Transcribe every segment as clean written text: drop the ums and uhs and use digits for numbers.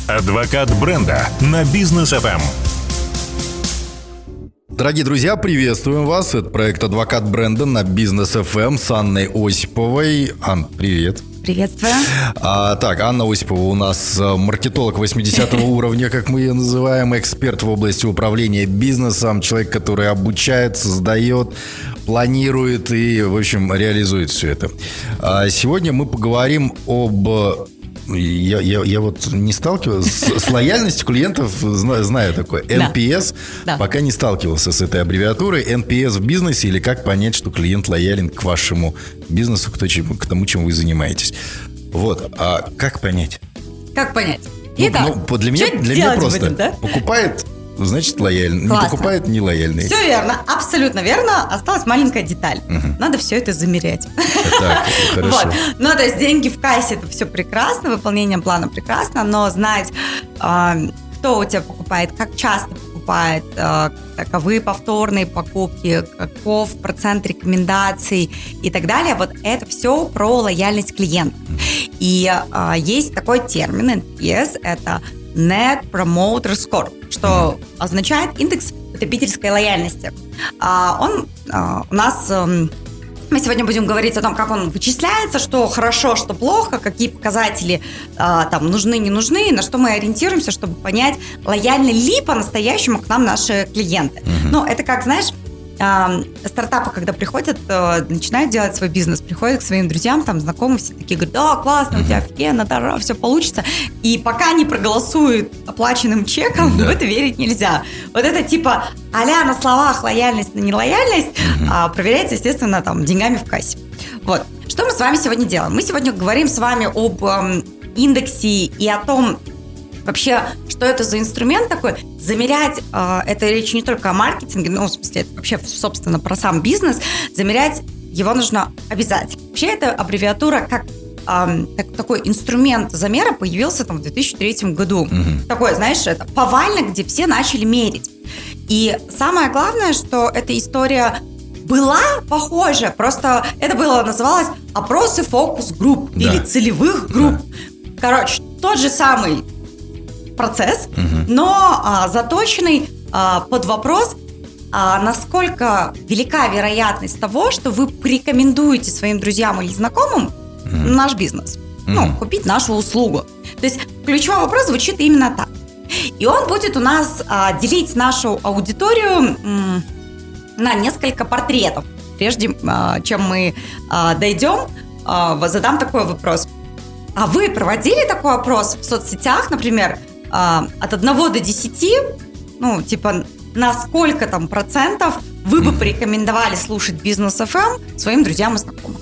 Адвокат бренда на Бизнес ФМ. Дорогие друзья, приветствуем вас. Это проект «Адвокат бренда» на Бизнес ФМ с Анной Осиповой. Ан, привет. Приветствую. Так, Анна Осипова у нас маркетолог 80-го уровня, как мы ее называем, эксперт в области управления бизнесом, человек, который обучает, создает, планирует и, в общем, реализует все это. Сегодня мы поговорим об... Я вот не сталкивался с лояльностью клиентов, знаю такое. NPS, да. Пока не сталкивался с этой аббревиатурой. NPS в бизнесе, или как понять, что клиент лоялен к вашему бизнесу, к тому, чем вы занимаетесь. Вот, а как понять? Как понять? Итак, для меня просто будем, да? Покупает, значит лояльный. Классно. Не покупает, не лояльный. Все верно, абсолютно верно. Осталась маленькая деталь. Надо все это замерять. Так, хорошо. Вот. Ну, то есть деньги в кассе — это все прекрасно, выполнение плана прекрасно, но знать, кто у тебя покупает, как часто покупает, каковы повторные покупки, каков процент рекомендаций и так далее, вот это все про лояльность клиента. И есть такой термин NPS, это Net Promoter Score, что означает индекс потребительской лояльности. Он у нас... Мы сегодня будем говорить о том, как он вычисляется, что хорошо, что плохо, какие показатели там нужны, не нужны, на что мы ориентируемся, чтобы понять, лояльны ли по-настоящему к нам наши клиенты. Ну, это как, знаешь, стартапы, когда приходят, начинают делать свой бизнес, приходят к своим друзьям, там, знакомым, все такие говорят: да, классно, у тебя офигенно, да, все получится. И пока не проголосуют оплаченным чеком, в это верить нельзя. Вот это типа а-ля на словах лояльность, на нелояльность, проверяется, естественно, там, деньгами в кассе. Вот. Что мы с вами сегодня делаем? Мы сегодня говорим с вами об индексе и о том, вообще, что это за инструмент такой. Замерять, это речь не только о маркетинге, но, в смысле, это вообще, собственно, про сам бизнес. Замерять его нужно обязательно. Вообще, эта аббревиатура как такой инструмент замера появился там в 2003 году. Такой, знаешь, это повально, где все начали мерить. И самое главное, что эта история была похожа, просто это называлось опросы фокус-групп, да, или целевых групп. Да. Короче, тот же самый процесс, но заточенный под вопрос, насколько велика вероятность того, что вы порекомендуете своим друзьям или знакомым наш бизнес, купить нашу услугу. То есть ключевой вопрос звучит именно так. И он будет у нас делить нашу аудиторию на несколько портретов. Прежде чем мы дойдем, задам такой вопрос. А вы проводили такой опрос в соцсетях, например, от 1 до 10, на сколько там процентов вы бы порекомендовали слушать Бизнес ФМ своим друзьям и знакомым?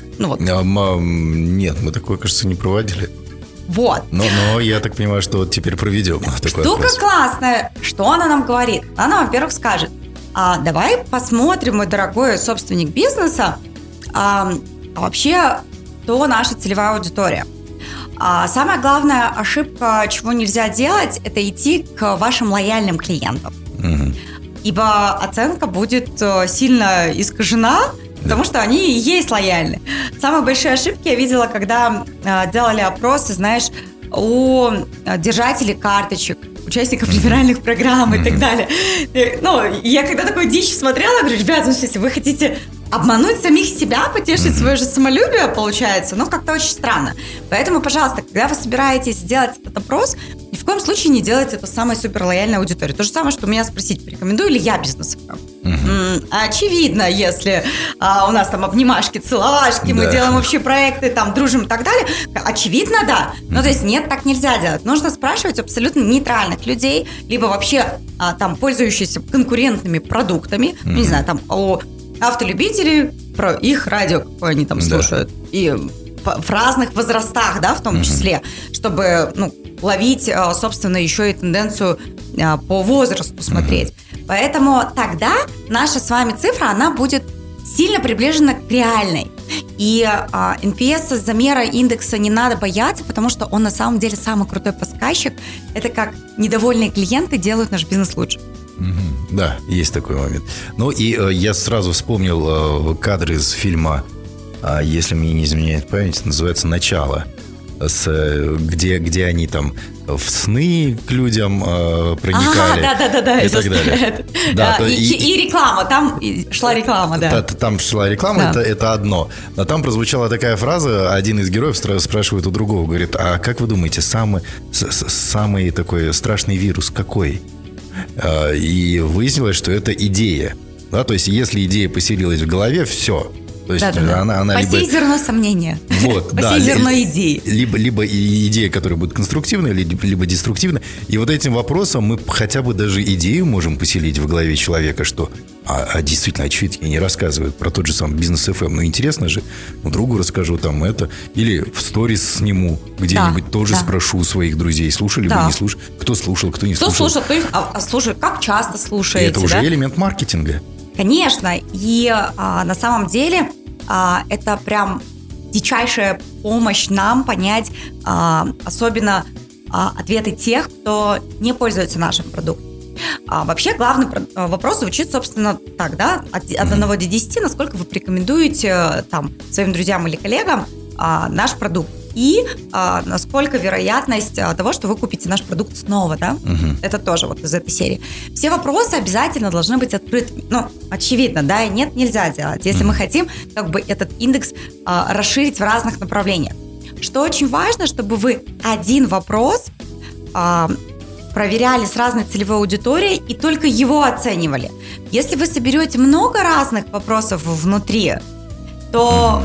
Нет, мы такое, кажется, не проводили. Вот. Но я так понимаю, что вот теперь проведем такой Штука опрос. Классная. Что она нам говорит? Она, во-первых, скажет: давай посмотрим, мой дорогой собственник бизнеса, вообще, кто наша целевая аудитория. Самая главная ошибка, чего нельзя делать, это идти к вашим лояльным клиентам. Ибо оценка будет сильно искажена, потому что они и есть лояльны. Самые большие ошибки я видела, когда делали опросы, знаешь, у держателей карточек, участников реферальных программ и так далее. Я когда такую дичь смотрела, говорю: ребята, если вы хотите обмануть самих себя, потешить свое же самолюбие, получается, как-то очень странно. Поэтому, пожалуйста, когда вы собираетесь сделать этот опрос, ни в коем случае не делайте это самой суперлояльной аудиторией. То же самое, что у меня спросить, порекомендую ли я бизнес. Очевидно, если у нас там обнимашки, целовашки, мы делаем общие проекты, там дружим и так далее, очевидно, да. То есть нет, так нельзя делать. Нужно спрашивать абсолютно нейтральных людей, либо вообще там пользующихся конкурентными продуктами, не знаю, там о автолюбителей, про их радио, какое они там слушают, и в разных возрастах, да, в том числе, чтобы ловить, собственно, еще и тенденцию по возрасту смотреть. Поэтому тогда наша с вами цифра, она будет сильно приближена к реальной. И NPS замера индекса не надо бояться, потому что он на самом деле самый крутой подсказчик. Это как недовольные клиенты делают наш бизнес лучше. Да, есть такой момент. Я сразу вспомнил кадры из фильма, если мне не изменяет память, называется «Начало». где они там в сны к людям проникали. Да. И так далее. Да, и реклама, там шла реклама, да. Там шла реклама, да. это одно. Но там прозвучала такая фраза, один из героев спрашивает у другого, говорит, а как вы думаете, самый такой страшный вирус какой? И выяснилось, что это идея. Да, то есть, если идея поселилась в голове, все. То есть она посей зерно сомнения. Вот, посей зерно идеи. Либо идея, которая будет конструктивная, либо деструктивная. И вот этим вопросом мы хотя бы даже идею можем поселить в голове человека, что действительно, что это не рассказывают про тот же самый Бизнес FM. Ну, интересно же, другу расскажу там это. Или в сторис сниму где-нибудь, тоже спрошу у своих друзей, слушали вы, не слушали. Кто слушал, кто не слушал. Кто слушал, слушай, как часто слушаете. И это уже элемент маркетинга. Конечно, и на самом деле это прям дичайшая помощь нам понять, особенно ответы тех, кто не пользуется нашим продуктом. Вообще главный вопрос звучит, собственно, так, да, от 1 до 10, насколько вы порекомендуете там своим друзьям или коллегам наш продукт. И насколько вероятность того, что вы купите наш продукт снова, да? Это тоже вот из этой серии. Все вопросы обязательно должны быть открытыми. Ну, очевидно, да, и нет, нельзя делать, если мы хотим как бы этот индекс расширить в разных направлениях. Что очень важно, чтобы вы один вопрос проверяли с разной целевой аудиторией и только его оценивали. Если вы соберете много разных вопросов внутри, то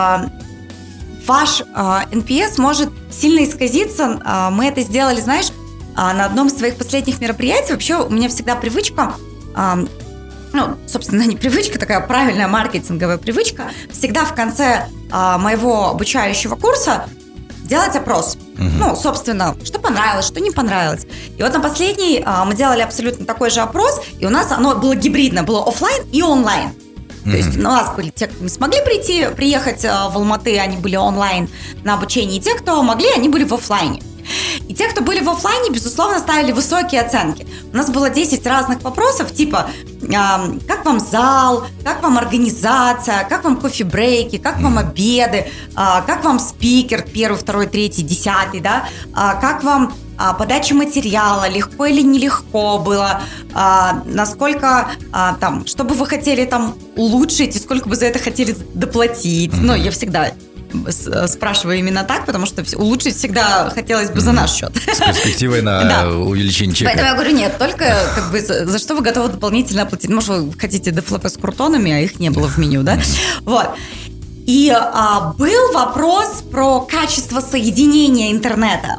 ваш NPS может сильно исказиться. Мы это сделали, знаешь, на одном из своих последних мероприятий. Вообще у меня всегда привычка, собственно, не привычка, такая правильная маркетинговая привычка, всегда в конце моего обучающего курса делать опрос. Собственно, что понравилось, что не понравилось. И вот на последний мы делали абсолютно такой же опрос, и у нас оно было гибридно, было офлайн и онлайн. То есть у нас были те, кто не смогли приехать в Алматы, они были онлайн на обучении, и те, кто могли, они были в офлайне. И те, кто были в офлайне, безусловно, ставили высокие оценки. У нас было 10 разных вопросов, типа, как вам зал, как вам организация, как вам кофе-брейки, как вам обеды, как вам спикер 1, 2, 3, 10, да, как вам подача материала, легко или нелегко было, насколько там, что бы вы хотели там улучшить и сколько бы за это хотели доплатить. Я всегда спрашиваю именно так, потому что улучшить всегда хотелось бы за наш счет. С перспективой на увеличение чека. Поэтому я говорю, нет, только как бы за что вы готовы дополнительно оплатить. Может, вы хотите дефлопы с крутонами, а их не было в меню, да? Вот. И был вопрос про качество соединения интернета.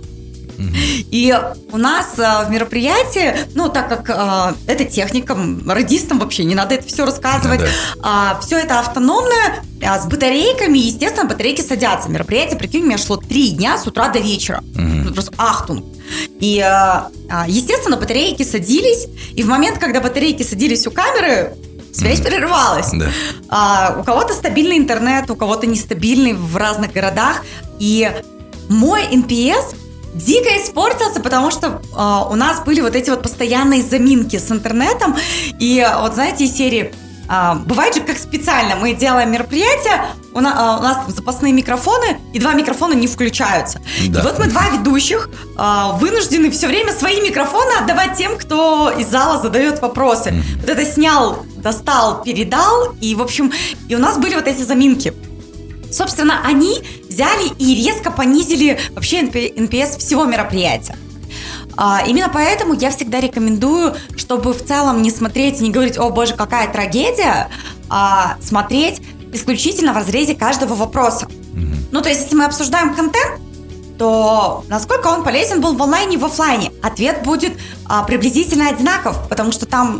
И у нас в мероприятии, так как это техникам, радистам вообще не надо это все рассказывать, все это автономное, с батарейками, естественно, батарейки садятся. Мероприятие, прикинь, у меня шло 3 дня с утра до вечера. Просто ахтунг. И, естественно, батарейки садились, и в момент, когда батарейки садились у камеры, связь прерывалась. У кого-то стабильный интернет, у кого-то нестабильный в разных городах. И мой NPS дико испортился, потому что у нас были вот эти вот постоянные заминки с интернетом. И вот знаете, из серии бывает же как специально. Мы делаем мероприятие, у нас запасные микрофоны, и 2 микрофона не включаются. Да. И вот мы 2 ведущих вынуждены все время свои микрофоны отдавать тем, кто из зала задает вопросы. Вот это снял, достал, передал, и, в общем, и у нас были вот эти заминки. Собственно, они взяли и резко понизили вообще NPS всего мероприятия. Именно поэтому я всегда рекомендую, чтобы в целом не смотреть и не говорить, о боже, какая трагедия, а смотреть исключительно в разрезе каждого вопроса. То есть, если мы обсуждаем контент, то насколько он полезен был в онлайне и в офлайне? Ответ будет приблизительно одинаков, потому что там,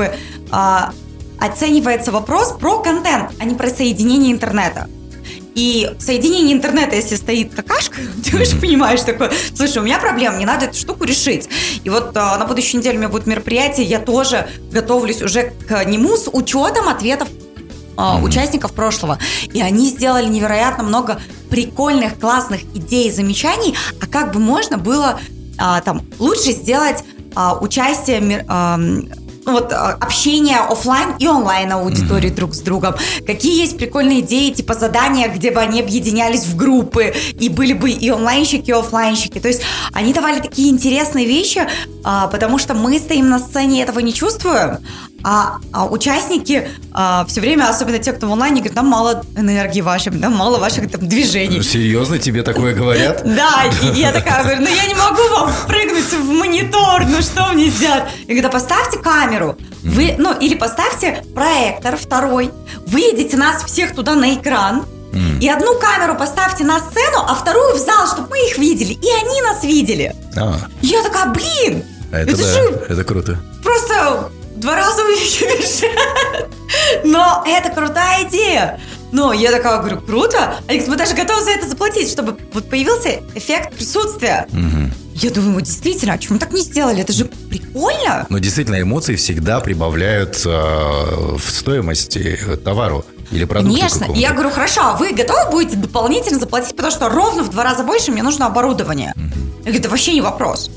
оценивается вопрос про контент, а не про соединение интернета. И соединение интернета, если стоит какашка, ты уже понимаешь такое, слушай, у меня проблема, мне надо эту штуку решить. И вот на будущей неделе у меня будет мероприятие, я тоже готовлюсь уже к нему с учетом ответов участников прошлого. И они сделали невероятно много прикольных, классных идей и замечаний, а как бы можно было лучше сделать участие общение офлайн и онлайн аудитории друг с другом. Какие есть прикольные идеи, типа задания, где бы они объединялись в группы, и были бы и онлайнщики, и офлайнщики. То есть они давали такие интересные вещи, потому что мы стоим на сцене и этого не чувствуем, а участники все время, особенно те, кто в онлайне, говорят, нам мало энергии вашей, нам мало ваших там движений. Серьезно, тебе такое говорят? Да, и я такая говорю, я не могу вам впрыгнуть в монитор, что мне сделать? Я говорю, поставьте камеру, или поставьте проектор второй, выведите нас всех туда на экран, и одну камеру поставьте на сцену, а вторую в зал, чтобы мы их видели, и они нас видели. Я такая, блин, это круто. Просто в 2 раза увеличиваешь. Но это крутая идея. Но я такая говорю, круто. Алекс, мы даже готовы за это заплатить, чтобы появился эффект присутствия. Я думаю, действительно, а почему мы так не сделали? Это же прикольно. Но действительно, эмоции всегда прибавляют в стоимости товару или продукту. Конечно. И я говорю, хорошо, а вы готовы будете дополнительно заплатить, потому что ровно в 2 раза больше мне нужно оборудование? Я говорю, это вообще не вопрос.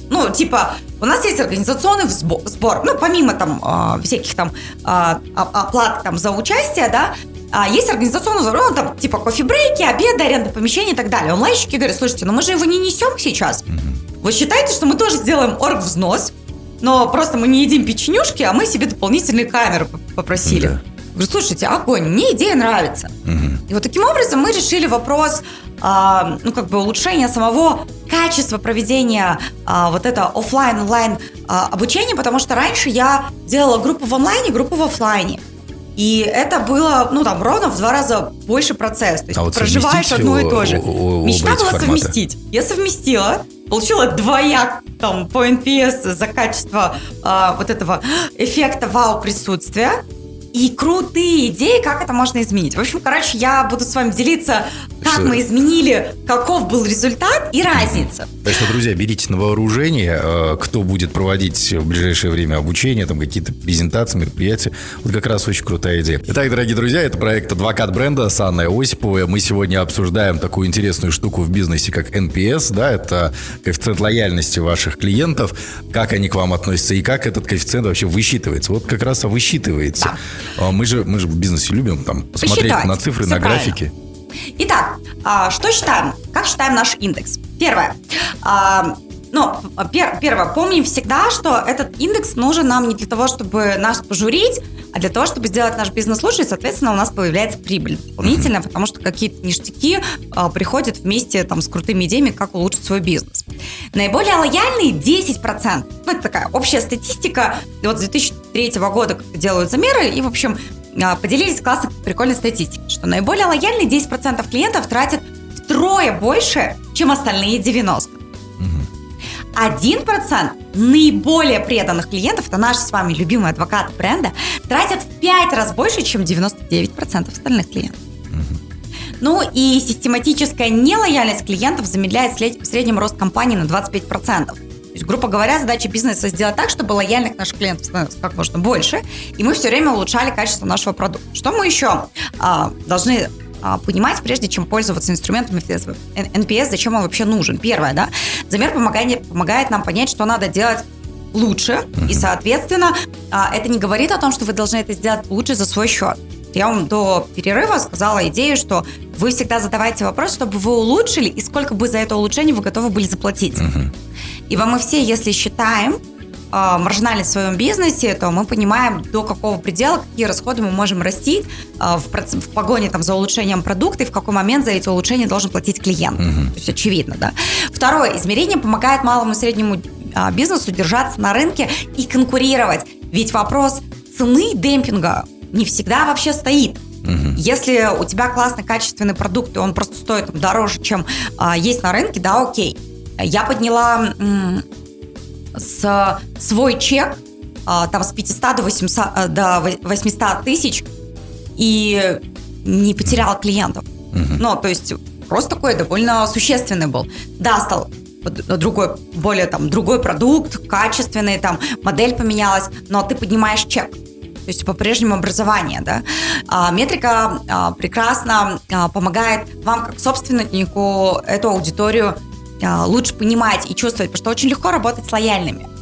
У нас есть организационный сбор, помимо там всяких там оплат там за участие, да, есть организационный сбор, там типа кофе-брейки, обеды, аренда помещений и так далее. Онлайнщики говорят, слушайте, мы же его не несем сейчас. Вы считаете, что мы тоже сделаем оргвзнос, но просто мы не едим печенюшки, а мы себе дополнительные камеры попросили. Да. Говорю, слушайте, огонь, мне идея нравится. И вот таким образом мы решили вопрос улучшения самого качества проведения вот это офлайн-онлайн обучения, потому что раньше я делала группу в онлайне, группу в офлайне. И это было, ровно в 2 раза больше процесс. То есть проживаешь одно и то же. Мечта была совместить. Я совместила, получила двояк там по NPS за качество вот этого эффекта вау-присутствия. И крутые идеи, как это можно изменить. В общем, я буду с вами делиться, как мы изменили, каков был результат и разница. Так что, друзья, берите на вооружение, кто будет проводить в ближайшее время обучение, там какие-то презентации, мероприятия. Вот как раз очень крутая идея. Итак, дорогие друзья, это проект «Адвокат бренда» с Анной Осиповой. Мы сегодня обсуждаем такую интересную штуку в бизнесе, как NPS, да, это коэффициент лояльности ваших клиентов, как они к вам относятся и как этот коэффициент вообще высчитывается. Вот как раз высчитывается. Да. Мы же в бизнесе любим там посмотреть на цифры, на графики. Итак, что считаем? Как считаем наш индекс? Первое. Первое, помним всегда, что этот индекс нужен нам не для того, чтобы нас пожурить, а для того, чтобы сделать наш бизнес лучше, и, соответственно, у нас появляется прибыль дополнительно, потому что какие-то ништяки приходят вместе там, с крутыми идеями, как улучшить свой бизнес. Наиболее лояльные 10%. Это такая общая статистика. Вот с 2003 года делают замеры, и, в общем, поделились классной прикольной статистикой, что наиболее лояльные 10% клиентов тратят втрое больше, чем остальные 90%. 1% наиболее преданных клиентов, это наши с вами любимые адвокаты бренда, тратят в 5 раз больше, чем 99% остальных клиентов. И систематическая нелояльность клиентов замедляет в среднем рост компании на 25%. То есть, грубо говоря, задача бизнеса сделать так, чтобы лояльных наших клиентов становилось как можно больше, и мы все время улучшали качество нашего продукта. Что мы еще должны понимать, прежде чем пользоваться инструментами NPS, зачем он вообще нужен? Первое, да, замер помогает нам понять, что надо делать лучше, и, соответственно, это не говорит о том, что вы должны это сделать лучше за свой счет. Я вам до перерыва сказала идею, что вы всегда задавайте вопрос, чтобы вы улучшили, и сколько бы за это улучшение вы готовы были заплатить. Ибо мы все, если считаем маржинальность в своем бизнесе, то мы понимаем, до какого предела, какие расходы мы можем растить в погоне там, за улучшением продукта, и в какой момент за эти улучшения должен платить клиент. То есть очевидно, да. Второе, измерение помогает малому и среднему бизнесу держаться на рынке и конкурировать. Ведь вопрос цены демпинга не всегда вообще стоит. Если у тебя классный, качественный продукт, и он просто стоит дороже, чем есть на рынке, да, окей. Я подняла свой чек там с 500 до 800 тысяч и не потеряла клиентов. То есть рост такой довольно существенный был. Да, стал другой продукт, качественный, там модель поменялась, но ты поднимаешь чек. То есть по-прежнему образование, да. Метрика прекрасно помогает вам, как собственнику, эту аудиторию лучше понимать и чувствовать, потому что очень легко работать с лояльными.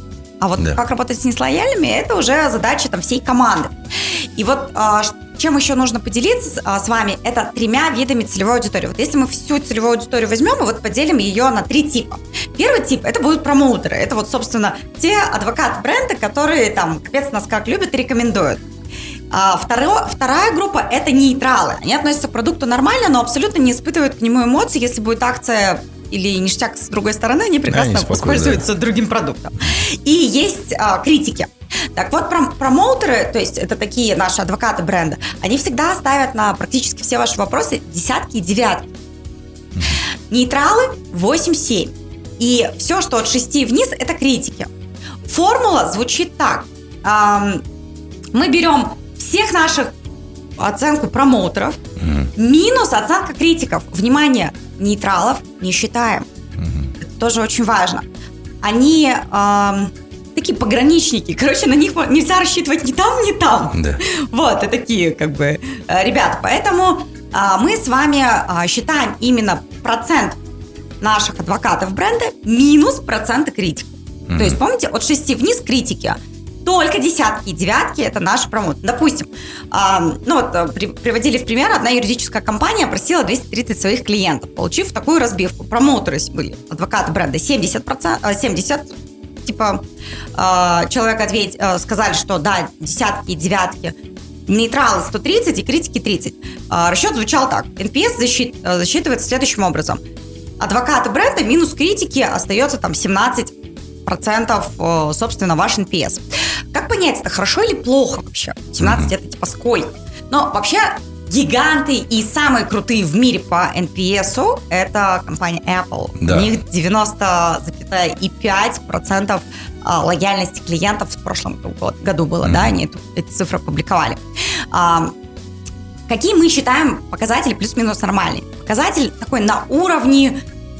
А вот как работать с нелояльными, это уже задача там всей команды. И вот чем еще нужно поделиться с вами, это 3 видами целевой аудитории. Вот если мы всю целевую аудиторию возьмем и вот поделим ее на 3 типа. Первый тип – это будут промоутеры. Это вот, собственно, те адвокаты бренда, которые там капец нас как любят и рекомендуют. Вторая группа – это нейтралы. Они относятся к продукту нормально, но абсолютно не испытывают к нему эмоций. Если будет акция или ништяк с другой стороны, они прекрасно используются другим продуктом. И есть критики. Так вот, промоутеры, то есть это такие наши адвокаты бренда, они всегда ставят на практически все ваши вопросы 10 и 9. Нейтралы 8-7. И все, что от 6 вниз, это критики. Формула звучит так. Мы берем всех наших оценку промоутеров минус оценка критиков. Внимание, нейтралов не считаем. Это тоже очень важно. Они такие пограничники. Короче, на них нельзя рассчитывать ни там, ни там. Да. Вот, и такие как бы ребята. Поэтому мы с вами считаем именно процент наших адвокатов бренда минус проценты критиков. То есть, помните, от 6 вниз критики. Только 10 и 9 это наши промоутеры. Допустим, приводили в пример, одна юридическая компания просила 230 своих клиентов, получив такую разбивку. Промоутеры были, адвокаты бренда 70%, типа человек сказали, что да, 10 и 9, нейтралы 130 и критики 30. Расчет звучал так. NPS засчитывается следующим образом. Адвокаты бренда минус критики остается там 17%, собственно, ваш NPS. Как понять, это хорошо или плохо вообще? 17 это типа сколько? Но вообще гиганты и самые крутые в мире по NPS это компания Apple. Да. У них 90,5% лояльности клиентов в прошлом году было, да, они эти цифры опубликовали. Какие мы считаем показатели плюс-минус нормальные? Показатель такой на уровне,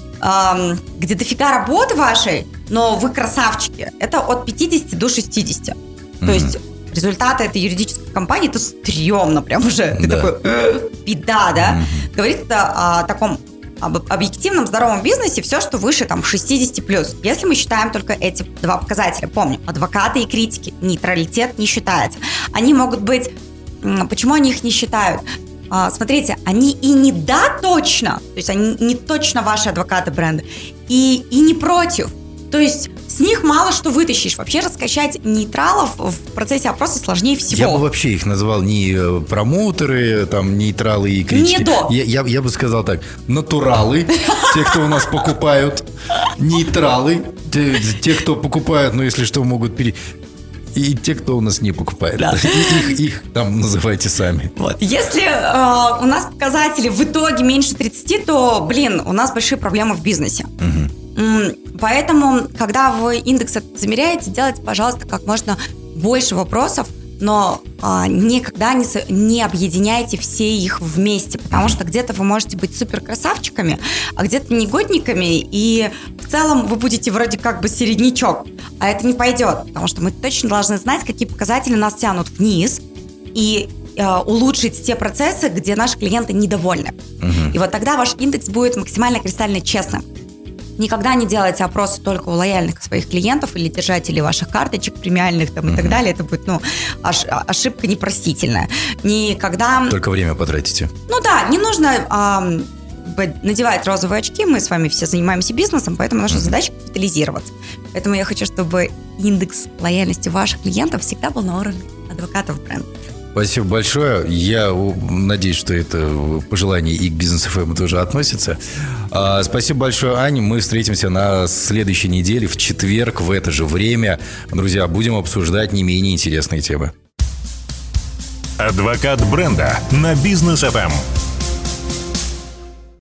где дофига работы вашей, но вы красавчики. Это от 50 до 60. То есть результаты этой юридической компании, это стрёмно прям уже. Ты такой, беда, да? Говорит это о таком объективном здоровом бизнесе, все, что выше там 60+. Если мы считаем только эти 2 показателя, помню, адвокаты и критики, нейтралитет не считается. Они могут быть... Почему они их не считают? Смотрите, они и не да точно, то есть они не точно ваши адвокаты бренда, и не против. То есть с них мало что вытащишь. Вообще раскачать нейтралов в процессе опроса сложнее всего. Я бы вообще их назвал не промоутеры, там, нейтралы и критики. Не до. Я бы сказал так: натуралы, те, кто у нас покупают, нейтралы, те, кто покупают, но если что, могут и те, кто у нас не покупает. Да. Их там называйте сами. Вот. Если у нас показатели в итоге меньше 30, то, у нас большие проблемы в бизнесе. Поэтому, когда вы индекс замеряете, делайте, пожалуйста, как можно больше вопросов, но никогда не объединяйте все их вместе, потому что где-то вы можете быть супер красавчиками, а где-то негодниками, и в целом вы будете вроде как бы середнячок, а это не пойдет, потому что мы точно должны знать, какие показатели нас тянут вниз, и улучшить те процессы, где наши клиенты недовольны. И вот тогда ваш индекс будет максимально кристально честным. Никогда не делайте опросы только у лояльных своих клиентов или держателей ваших карточек премиальных там, и так далее. Это будет ошибка непростительная. Никогда... Только время потратите. Не нужно надевать розовые очки. Мы с вами все занимаемся бизнесом, поэтому наша задача капитализироваться. Поэтому я хочу, чтобы индекс лояльности ваших клиентов всегда был на уровне адвокатов бренда. Спасибо большое. Я надеюсь, что это пожелание и к Бизнес ФМ тоже относится. Спасибо большое, Ань. Мы встретимся на следующей неделе в четверг в это же время. Друзья, будем обсуждать не менее интересные темы. Адвокат бренда на Бизнес ФМ.